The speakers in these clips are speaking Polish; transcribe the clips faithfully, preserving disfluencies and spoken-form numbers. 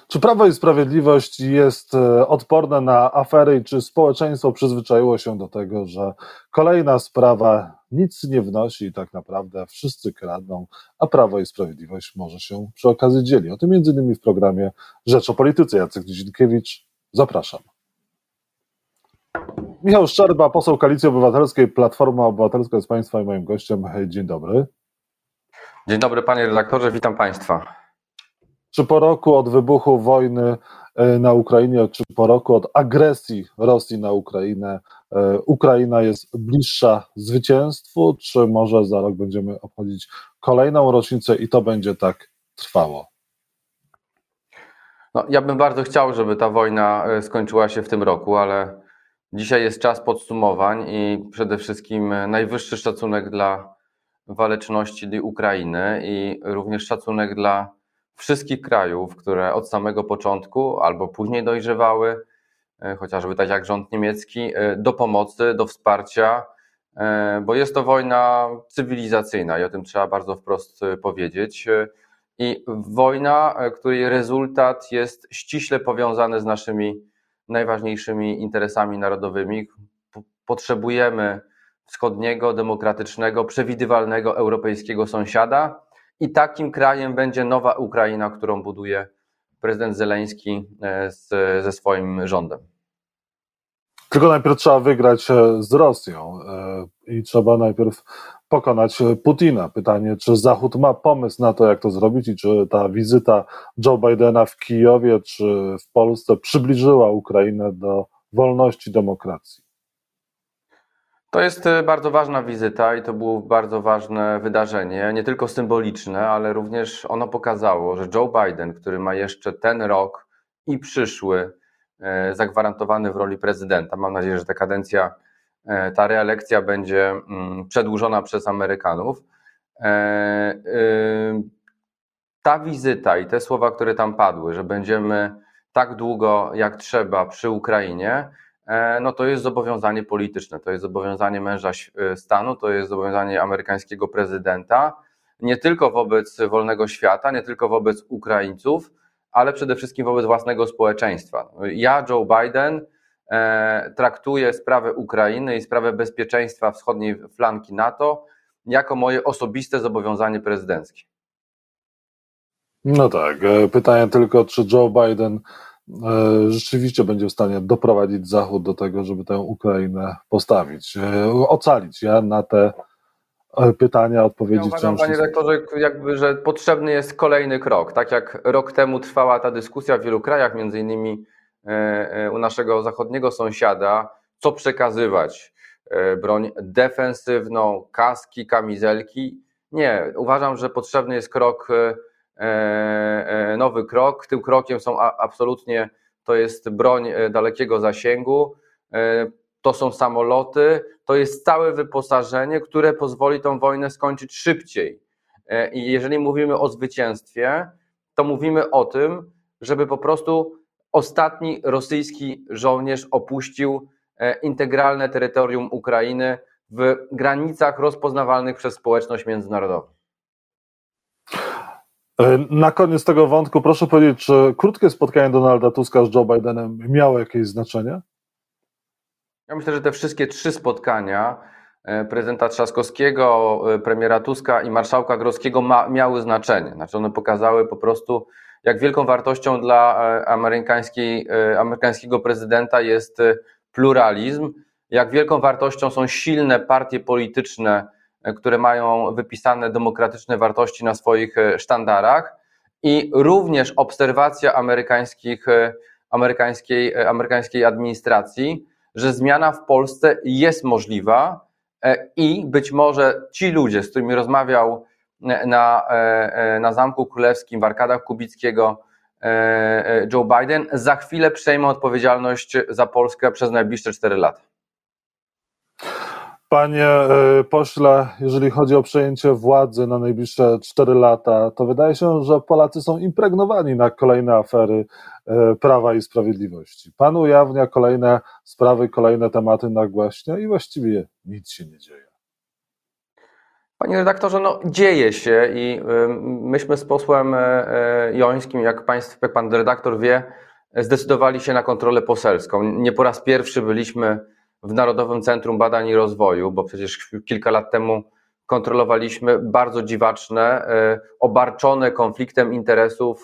Czy Prawo i Sprawiedliwość jest odporne na afery i czy społeczeństwo przyzwyczaiło się do tego, że kolejna sprawa nic nie wnosi i tak naprawdę wszyscy kradną, a Prawo i Sprawiedliwość może się przy okazji dzieli? O tym między innymi w programie Rzecz o Polityce. Jacek Nizinkiewicz, zapraszam. Michał Szczerba, poseł Koalicji Obywatelskiej, Platforma Obywatelska jest Państwa i moim gościem. Dzień dobry. Dzień dobry panie redaktorze, witam Państwa. Czy po roku od wybuchu wojny na Ukrainie, czy po roku od agresji Rosji na Ukrainę, Ukraina jest bliższa zwycięstwu, czy może za rok będziemy obchodzić kolejną rocznicę i to będzie tak trwało? No, ja bym bardzo chciał, żeby ta wojna skończyła się w tym roku, ale dzisiaj jest czas podsumowań i przede wszystkim najwyższy szacunek dla waleczności Ukrainy i również szacunek dla wszystkich krajów, które od samego początku albo później dojrzewały, chociażby tak jak rząd niemiecki, do pomocy, do wsparcia, bo jest to wojna cywilizacyjna i o tym trzeba bardzo wprost powiedzieć. I wojna, której rezultat jest ściśle powiązany z naszymi najważniejszymi interesami narodowymi. Potrzebujemy wschodniego, demokratycznego, przewidywalnego europejskiego sąsiada i takim krajem będzie nowa Ukraina, którą buduje prezydent Zełenski z, ze swoim rządem. Tylko najpierw trzeba wygrać z Rosją i trzeba najpierw pokonać Putina. Pytanie, czy Zachód ma pomysł na to, jak to zrobić i czy ta wizyta Joe Bidena w Kijowie czy w Polsce przybliżyła Ukrainę do wolności, demokracji? To jest bardzo ważna wizyta i to było bardzo ważne wydarzenie, nie tylko symboliczne, ale również ono pokazało, że Joe Biden, który ma jeszcze ten rok i przyszły zagwarantowany w roli prezydenta, mam nadzieję, że ta kadencja, ta reelekcja będzie przedłużona przez Amerykanów. Ta wizyta i te słowa, które tam padły, że będziemy tak długo jak trzeba przy Ukrainie, no to jest zobowiązanie polityczne, to jest zobowiązanie męża stanu, to jest zobowiązanie amerykańskiego prezydenta, nie tylko wobec wolnego świata, nie tylko wobec Ukraińców, ale przede wszystkim wobec własnego społeczeństwa. Ja, Joe Biden, e, traktuję sprawę Ukrainy i sprawę bezpieczeństwa wschodniej flanki NATO jako moje osobiste zobowiązanie prezydenckie. No tak, pytanie tylko, czy Joe Biden rzeczywiście będzie w stanie doprowadzić Zachód do tego, żeby tę Ukrainę postawić, ocalić. Ja na te pytania odpowiedzi ja uważam, panie rektorze, jakby, że potrzebny jest kolejny krok. Tak jak rok temu trwała ta dyskusja w wielu krajach, między innymi u naszego zachodniego sąsiada, co przekazywać, broń defensywną, kaski, kamizelki. Nie, uważam, że potrzebny jest krok, nowy krok. Tym krokiem są absolutnie, to jest broń dalekiego zasięgu, to są samoloty, to jest całe wyposażenie, które pozwoli tą wojnę skończyć szybciej. I jeżeli mówimy o zwycięstwie, to mówimy o tym, żeby po prostu ostatni rosyjski żołnierz opuścił integralne terytorium Ukrainy w granicach rozpoznawalnych przez społeczność międzynarodową. Na koniec tego wątku proszę powiedzieć, czy krótkie spotkanie Donalda Tuska z Joe Bidenem miało jakieś znaczenie? Ja myślę, że te wszystkie trzy spotkania prezydenta Trzaskowskiego, premiera Tuska i marszałka Grodzkiego ma, miały znaczenie. Znaczy one pokazały po prostu, jak wielką wartością dla amerykańskiej, amerykańskiego prezydenta jest pluralizm, jak wielką wartością są silne partie polityczne, które mają wypisane demokratyczne wartości na swoich sztandarach i również obserwacja amerykańskich, amerykańskiej, amerykańskiej administracji, że zmiana w Polsce jest możliwa i być może ci ludzie, z którymi rozmawiał na, na Zamku Królewskim w Arkadach Kubickiego Joe Biden, za chwilę przejmą odpowiedzialność za Polskę przez najbliższe cztery lata. Panie pośle, jeżeli chodzi o przejęcie władzy na najbliższe cztery lata, to wydaje się, że Polacy są impregnowani na kolejne afery Prawa i Sprawiedliwości. Pan ujawnia kolejne sprawy, kolejne tematy nagłaśnia i właściwie nic się nie dzieje. Panie redaktorze, no dzieje się i myśmy z posłem Jońskim, jak, państw, jak pan redaktor wie, zdecydowali się na kontrolę poselską. Nie po raz pierwszy byliśmy w Narodowym Centrum Badań i Rozwoju, bo przecież kilka lat temu kontrolowaliśmy bardzo dziwaczne, obarczone konfliktem interesów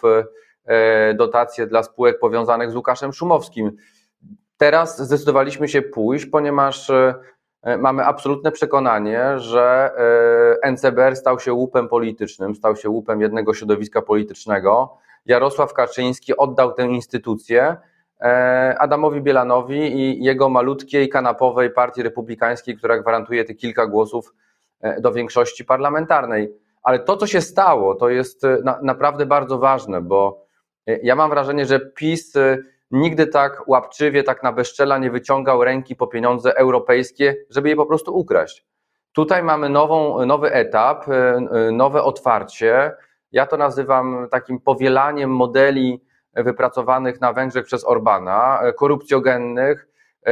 dotacje dla spółek powiązanych z Łukaszem Szumowskim. Teraz zdecydowaliśmy się pójść, ponieważ mamy absolutne przekonanie, że N C B R stał się łupem politycznym, stał się łupem jednego środowiska politycznego. Jarosław Kaczyński oddał tę instytucję Adamowi Bielanowi i jego malutkiej, kanapowej partii republikańskiej, która gwarantuje te kilka głosów do większości parlamentarnej. Ale to, co się stało, to jest na, naprawdę bardzo ważne, bo ja mam wrażenie, że PiS nigdy tak łapczywie, tak na bezczela nie wyciągał ręki po pieniądze europejskie, żeby je po prostu ukraść. Tutaj mamy nową, nowy etap, nowe otwarcie. Ja to nazywam takim powielaniem modeli wypracowanych na Węgrzech przez Orbana, korupcjogennych.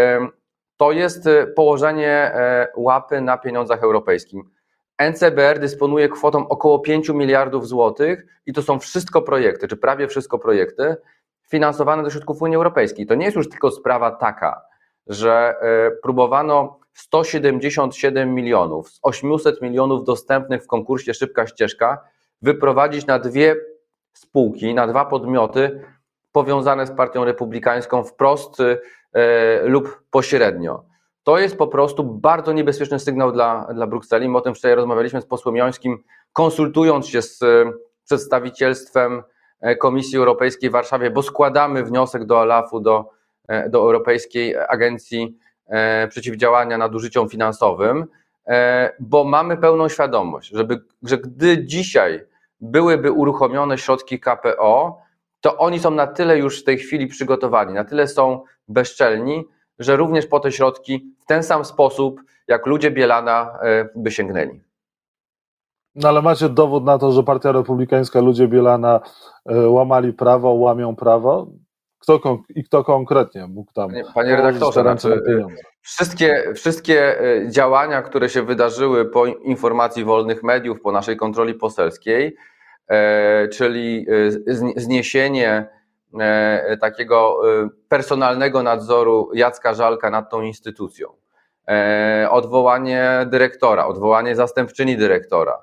To jest położenie łapy na pieniądzach europejskich. N C B R dysponuje kwotą około pięć miliardów złotych i to są wszystko projekty, czy prawie wszystko projekty, finansowane ze środków Unii Europejskiej. To nie jest już tylko sprawa taka, że próbowano sto siedemdziesiąt siedem milionów z osiemset milionów dostępnych w konkursie Szybka Ścieżka wyprowadzić na dwie spółki, na dwa podmioty powiązane z partią republikańską wprost lub pośrednio. To jest po prostu bardzo niebezpieczny sygnał dla, dla Brukseli. My o tym wczoraj rozmawialiśmy z posłem Jońskim, konsultując się z przedstawicielstwem Komisji Europejskiej w Warszawie, bo składamy wniosek do OLAF-u, do, do Europejskiej Agencji Przeciwdziałania Nadużyciom Finansowym, bo mamy pełną świadomość, żeby, że gdy dzisiaj byłyby uruchomione środki K P O, to oni są na tyle już w tej chwili przygotowani, na tyle są bezczelni, że również po te środki w ten sam sposób, jak ludzie Bielana, by sięgnęli. No ale macie dowód na to, że Partia Republikańska, ludzie Bielana łamali prawo, łamią prawo? Kto i kto konkretnie mógł tam... Panie, panie redaktorze, znaczy, wszystkie, wszystkie działania, które się wydarzyły po informacji wolnych mediów, po naszej kontroli poselskiej, e, czyli zniesienie e, takiego personalnego nadzoru Jacka Żalka nad tą instytucją, e, odwołanie dyrektora, odwołanie zastępczyni dyrektora,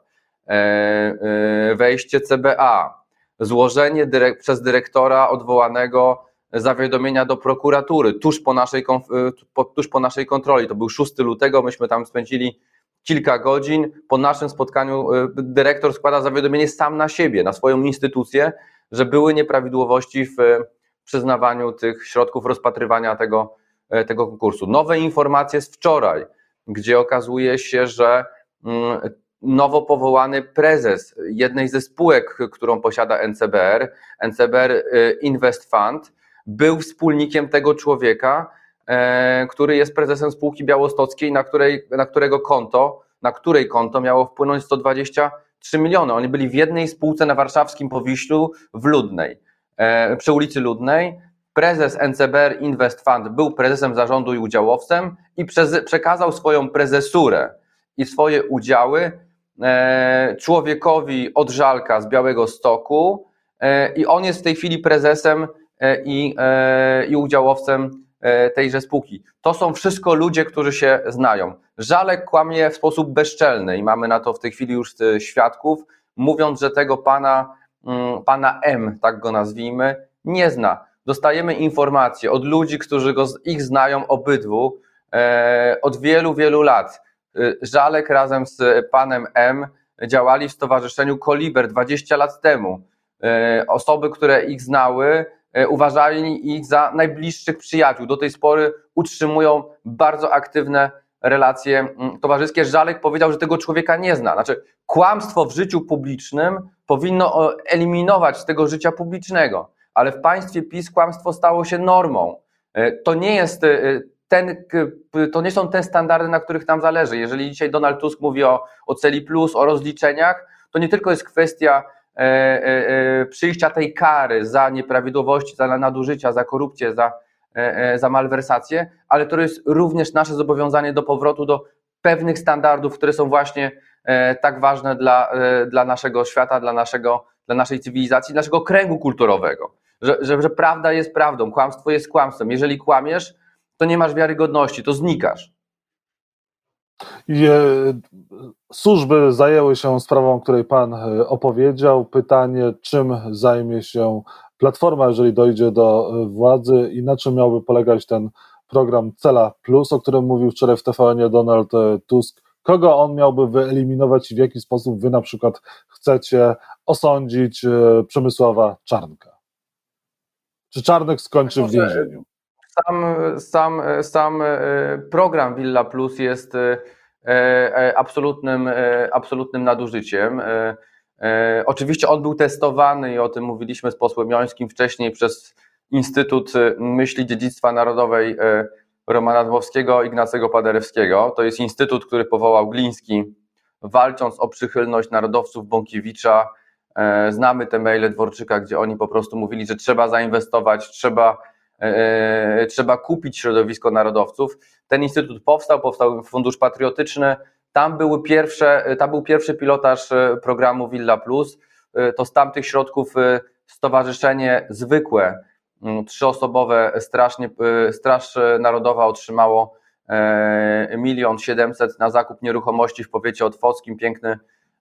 wejście C B A, złożenie dyrek- przez dyrektora odwołanego zawiadomienia do prokuratury tuż po, naszej, tuż po naszej kontroli. To był szóstego lutego, myśmy tam spędzili kilka godzin. Po naszym spotkaniu dyrektor składa zawiadomienie sam na siebie, na swoją instytucję, że były nieprawidłowości w przyznawaniu tych środków rozpatrywania tego, tego konkursu. Nowe informacje z wczoraj, gdzie okazuje się, że nowo powołany prezes jednej ze spółek, którą posiada N C B R, N C B R Invest Fund, był wspólnikiem tego człowieka, który jest prezesem spółki białostockiej, na, której, na którego konto, na której konto miało wpłynąć sto dwadzieścia trzy miliony. Oni byli w jednej spółce na warszawskim Powiślu w Ludnej, przy ulicy Ludnej. Prezes N C B R Invest Fund był prezesem zarządu i udziałowcem i przekazał swoją prezesurę i swoje udziały człowiekowi od Żalka z Białegostoku i on jest w tej chwili prezesem i, i udziałowcem tejże spółki. To są wszystko ludzie, którzy się znają. Żalek kłamie w sposób bezczelny i mamy na to w tej chwili już świadków, mówiąc, że tego pana, pana M, tak go nazwijmy, nie zna. Dostajemy informacje od ludzi, którzy go, ich znają obydwu od wielu, wielu lat. Żalek razem z panem M działali w stowarzyszeniu Koliber dwadzieścia lat temu. Osoby, które ich znały, uważali ich za najbliższych przyjaciół. Do tej pory utrzymują bardzo aktywne relacje towarzyskie. Żalek powiedział, że tego człowieka nie zna. Znaczy, kłamstwo w życiu publicznym powinno eliminować z tego życia publicznego, ale w państwie PiS kłamstwo stało się normą. To nie jest ten, to nie są te standardy, na których nam zależy. Jeżeli dzisiaj Donald Tusk mówi o, o celi plus, o rozliczeniach, to nie tylko jest kwestia e, e, przyjścia tej kary za nieprawidłowości, za nadużycia, za korupcję, za, e, za malwersację, ale to jest również nasze zobowiązanie do powrotu do pewnych standardów, które są właśnie tak ważne dla, dla naszego świata, dla, naszego, dla naszej cywilizacji, naszego kręgu kulturowego. Że, że, że prawda jest prawdą, kłamstwo jest kłamstwem. Jeżeli kłamiesz, to nie masz wiarygodności, to znikasz. I e, służby zajęły się sprawą, o której pan opowiedział. Pytanie, czym zajmie się Platforma, jeżeli dojdzie do władzy i na czym miałby polegać ten program Cela Plus, o którym mówił wczoraj w T V N-ie Donald Tusk. Kogo on miałby wyeliminować i w jaki sposób wy na przykład chcecie osądzić Przemysława Czarnka? Czy Czarnek skończy w więzieniu? Sam, sam, sam program Villa Plus jest absolutnym, absolutnym nadużyciem. Oczywiście on był testowany i o tym mówiliśmy z posłem Jońskim wcześniej przez Instytut Myśli Dziedzictwa Narodowej Romana Dmowskiego, Ignacego Paderewskiego. To jest instytut, który powołał Gliński, walcząc o przychylność narodowców Bąkiewicza. Znamy te maile Dworczyka, gdzie oni po prostu mówili, że trzeba zainwestować, trzeba, e, trzeba kupić środowisko narodowców. Ten instytut powstał, powstał Fundusz Patriotyczny. Tam, były pierwsze, tam był pierwszy pilotaż programu Villa Plus. To z tamtych środków stowarzyszenie zwykłe, trzyosobowe, strasznie, Straż Narodowa otrzymało milion siedemset na zakup nieruchomości w powiecie otwockim. Piękny,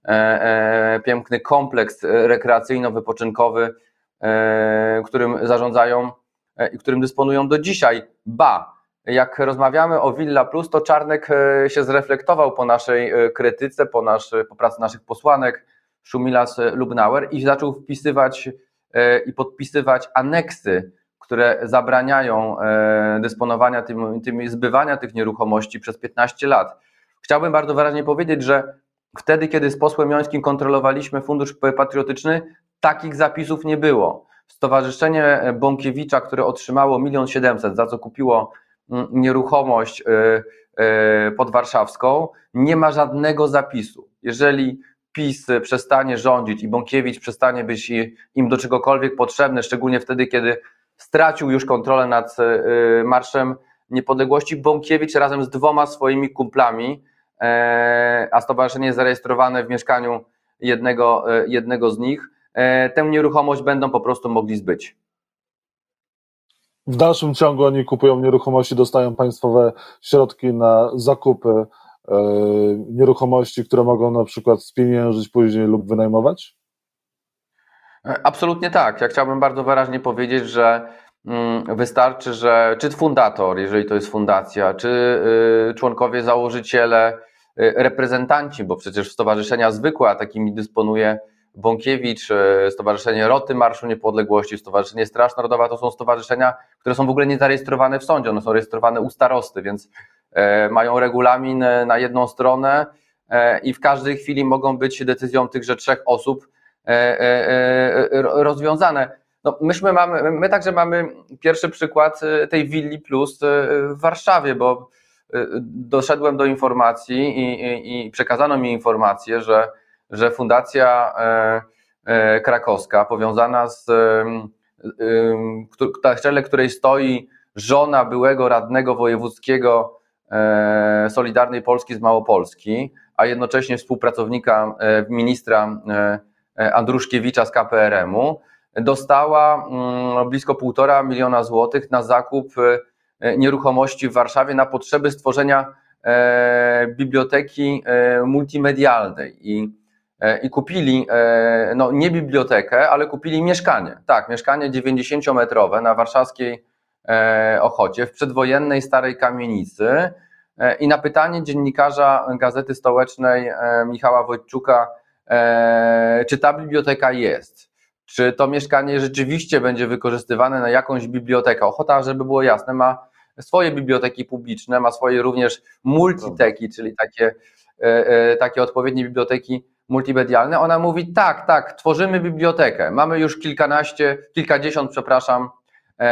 piękny kompleks rekreacyjno-wypoczynkowy, którym zarządzają i którym dysponują do dzisiaj. Ba, jak rozmawiamy o Villa Plus, to Czarnek się zreflektował po naszej krytyce, po, nasz, po pracy naszych posłanek Szumilas-Lubnauer i zaczął wpisywać i podpisywać aneksy, które zabraniają dysponowania tym, tym zbywania tych nieruchomości przez piętnaście lat. Chciałbym bardzo wyraźnie powiedzieć, że wtedy, kiedy z posłem Jońskim kontrolowaliśmy Fundusz Patriotyczny, takich zapisów nie było. Stowarzyszenie Bąkiewicza, które otrzymało milion siedemset, za co kupiło nieruchomość podwarszawską, nie ma żadnego zapisu. Jeżeli PiS przestanie rządzić i Bąkiewicz przestanie być im do czegokolwiek potrzebny, szczególnie wtedy, kiedy stracił już kontrolę nad Marszem Niepodległości, Bąkiewicz razem z dwoma swoimi kumplami, a stowarzyszenie jest zarejestrowane w mieszkaniu jednego, jednego z nich, tę nieruchomość będą po prostu mogli zbyć. W dalszym ciągu oni kupują nieruchomości, dostają państwowe środki na zakupy e, nieruchomości, które mogą na przykład spieniężyć później lub wynajmować? Absolutnie tak. Ja chciałbym bardzo wyraźnie powiedzieć, że wystarczy, że czy fundator, jeżeli to jest fundacja, czy członkowie, założyciele, reprezentanci, bo przecież stowarzyszenia zwykłe, a takimi dysponuje Bąkiewicz, Stowarzyszenie Roty Marszu Niepodległości, Stowarzyszenie Straż Narodowa, to są stowarzyszenia, które są w ogóle nie zarejestrowane w sądzie, one są rejestrowane u starosty, więc mają regulamin na jedną stronę i w każdej chwili mogą być decyzją tychże trzech osób rozwiązane. No, myśmy mamy, my także mamy pierwszy przykład tej Willi Plus w Warszawie, bo doszedłem do informacji i, i, i przekazano mi informację, że, że Fundacja Krakowska powiązana z, na czele której stoi żona byłego radnego wojewódzkiego Solidarnej Polski z Małopolski, a jednocześnie współpracownika ministra Andruszkiewicza z K P R M-u, dostała blisko półtora miliona złotych na zakup nieruchomości w Warszawie na potrzeby stworzenia biblioteki multimedialnej i, i kupili no nie bibliotekę, ale kupili mieszkanie, tak, mieszkanie dziewięćdziesięciometrowe na warszawskiej Ochocie w przedwojennej starej kamienicy i na pytanie dziennikarza Gazety Stołecznej Michała Wojtczuka, czy ta biblioteka jest, czy to mieszkanie rzeczywiście będzie wykorzystywane na jakąś bibliotekę. Ochota, żeby było jasne, ma swoje biblioteki publiczne, ma swoje również multiteki, czyli takie, takie odpowiednie biblioteki multimedialne. Ona mówi tak, tak, tworzymy bibliotekę, mamy już kilkanaście, kilkadziesiąt, przepraszam, e,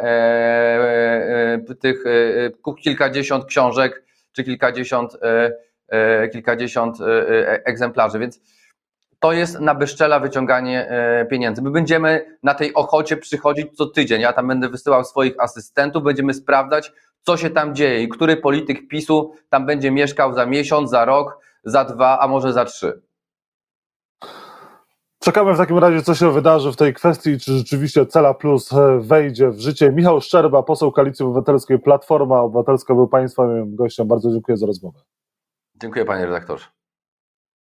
e, tych e, kilkadziesiąt książek, czy kilkadziesiąt, e, e, kilkadziesiąt e, egzemplarzy, więc to jest na bezczela wyciąganie pieniędzy. My będziemy na tej Ochocie przychodzić co tydzień. Ja tam będę wysyłał swoich asystentów, będziemy sprawdzać, co się tam dzieje i który polityk PiSu tam będzie mieszkał za miesiąc, za rok, za dwa, a może za trzy. Czekamy w takim razie, co się wydarzy w tej kwestii, czy rzeczywiście Cela Plus wejdzie w życie. Michał Szczerba, poseł Koalicji Obywatelskiej, Platforma Obywatelska był Państwa moim gościem. Bardzo dziękuję za rozmowę. Dziękuję, panie redaktorze.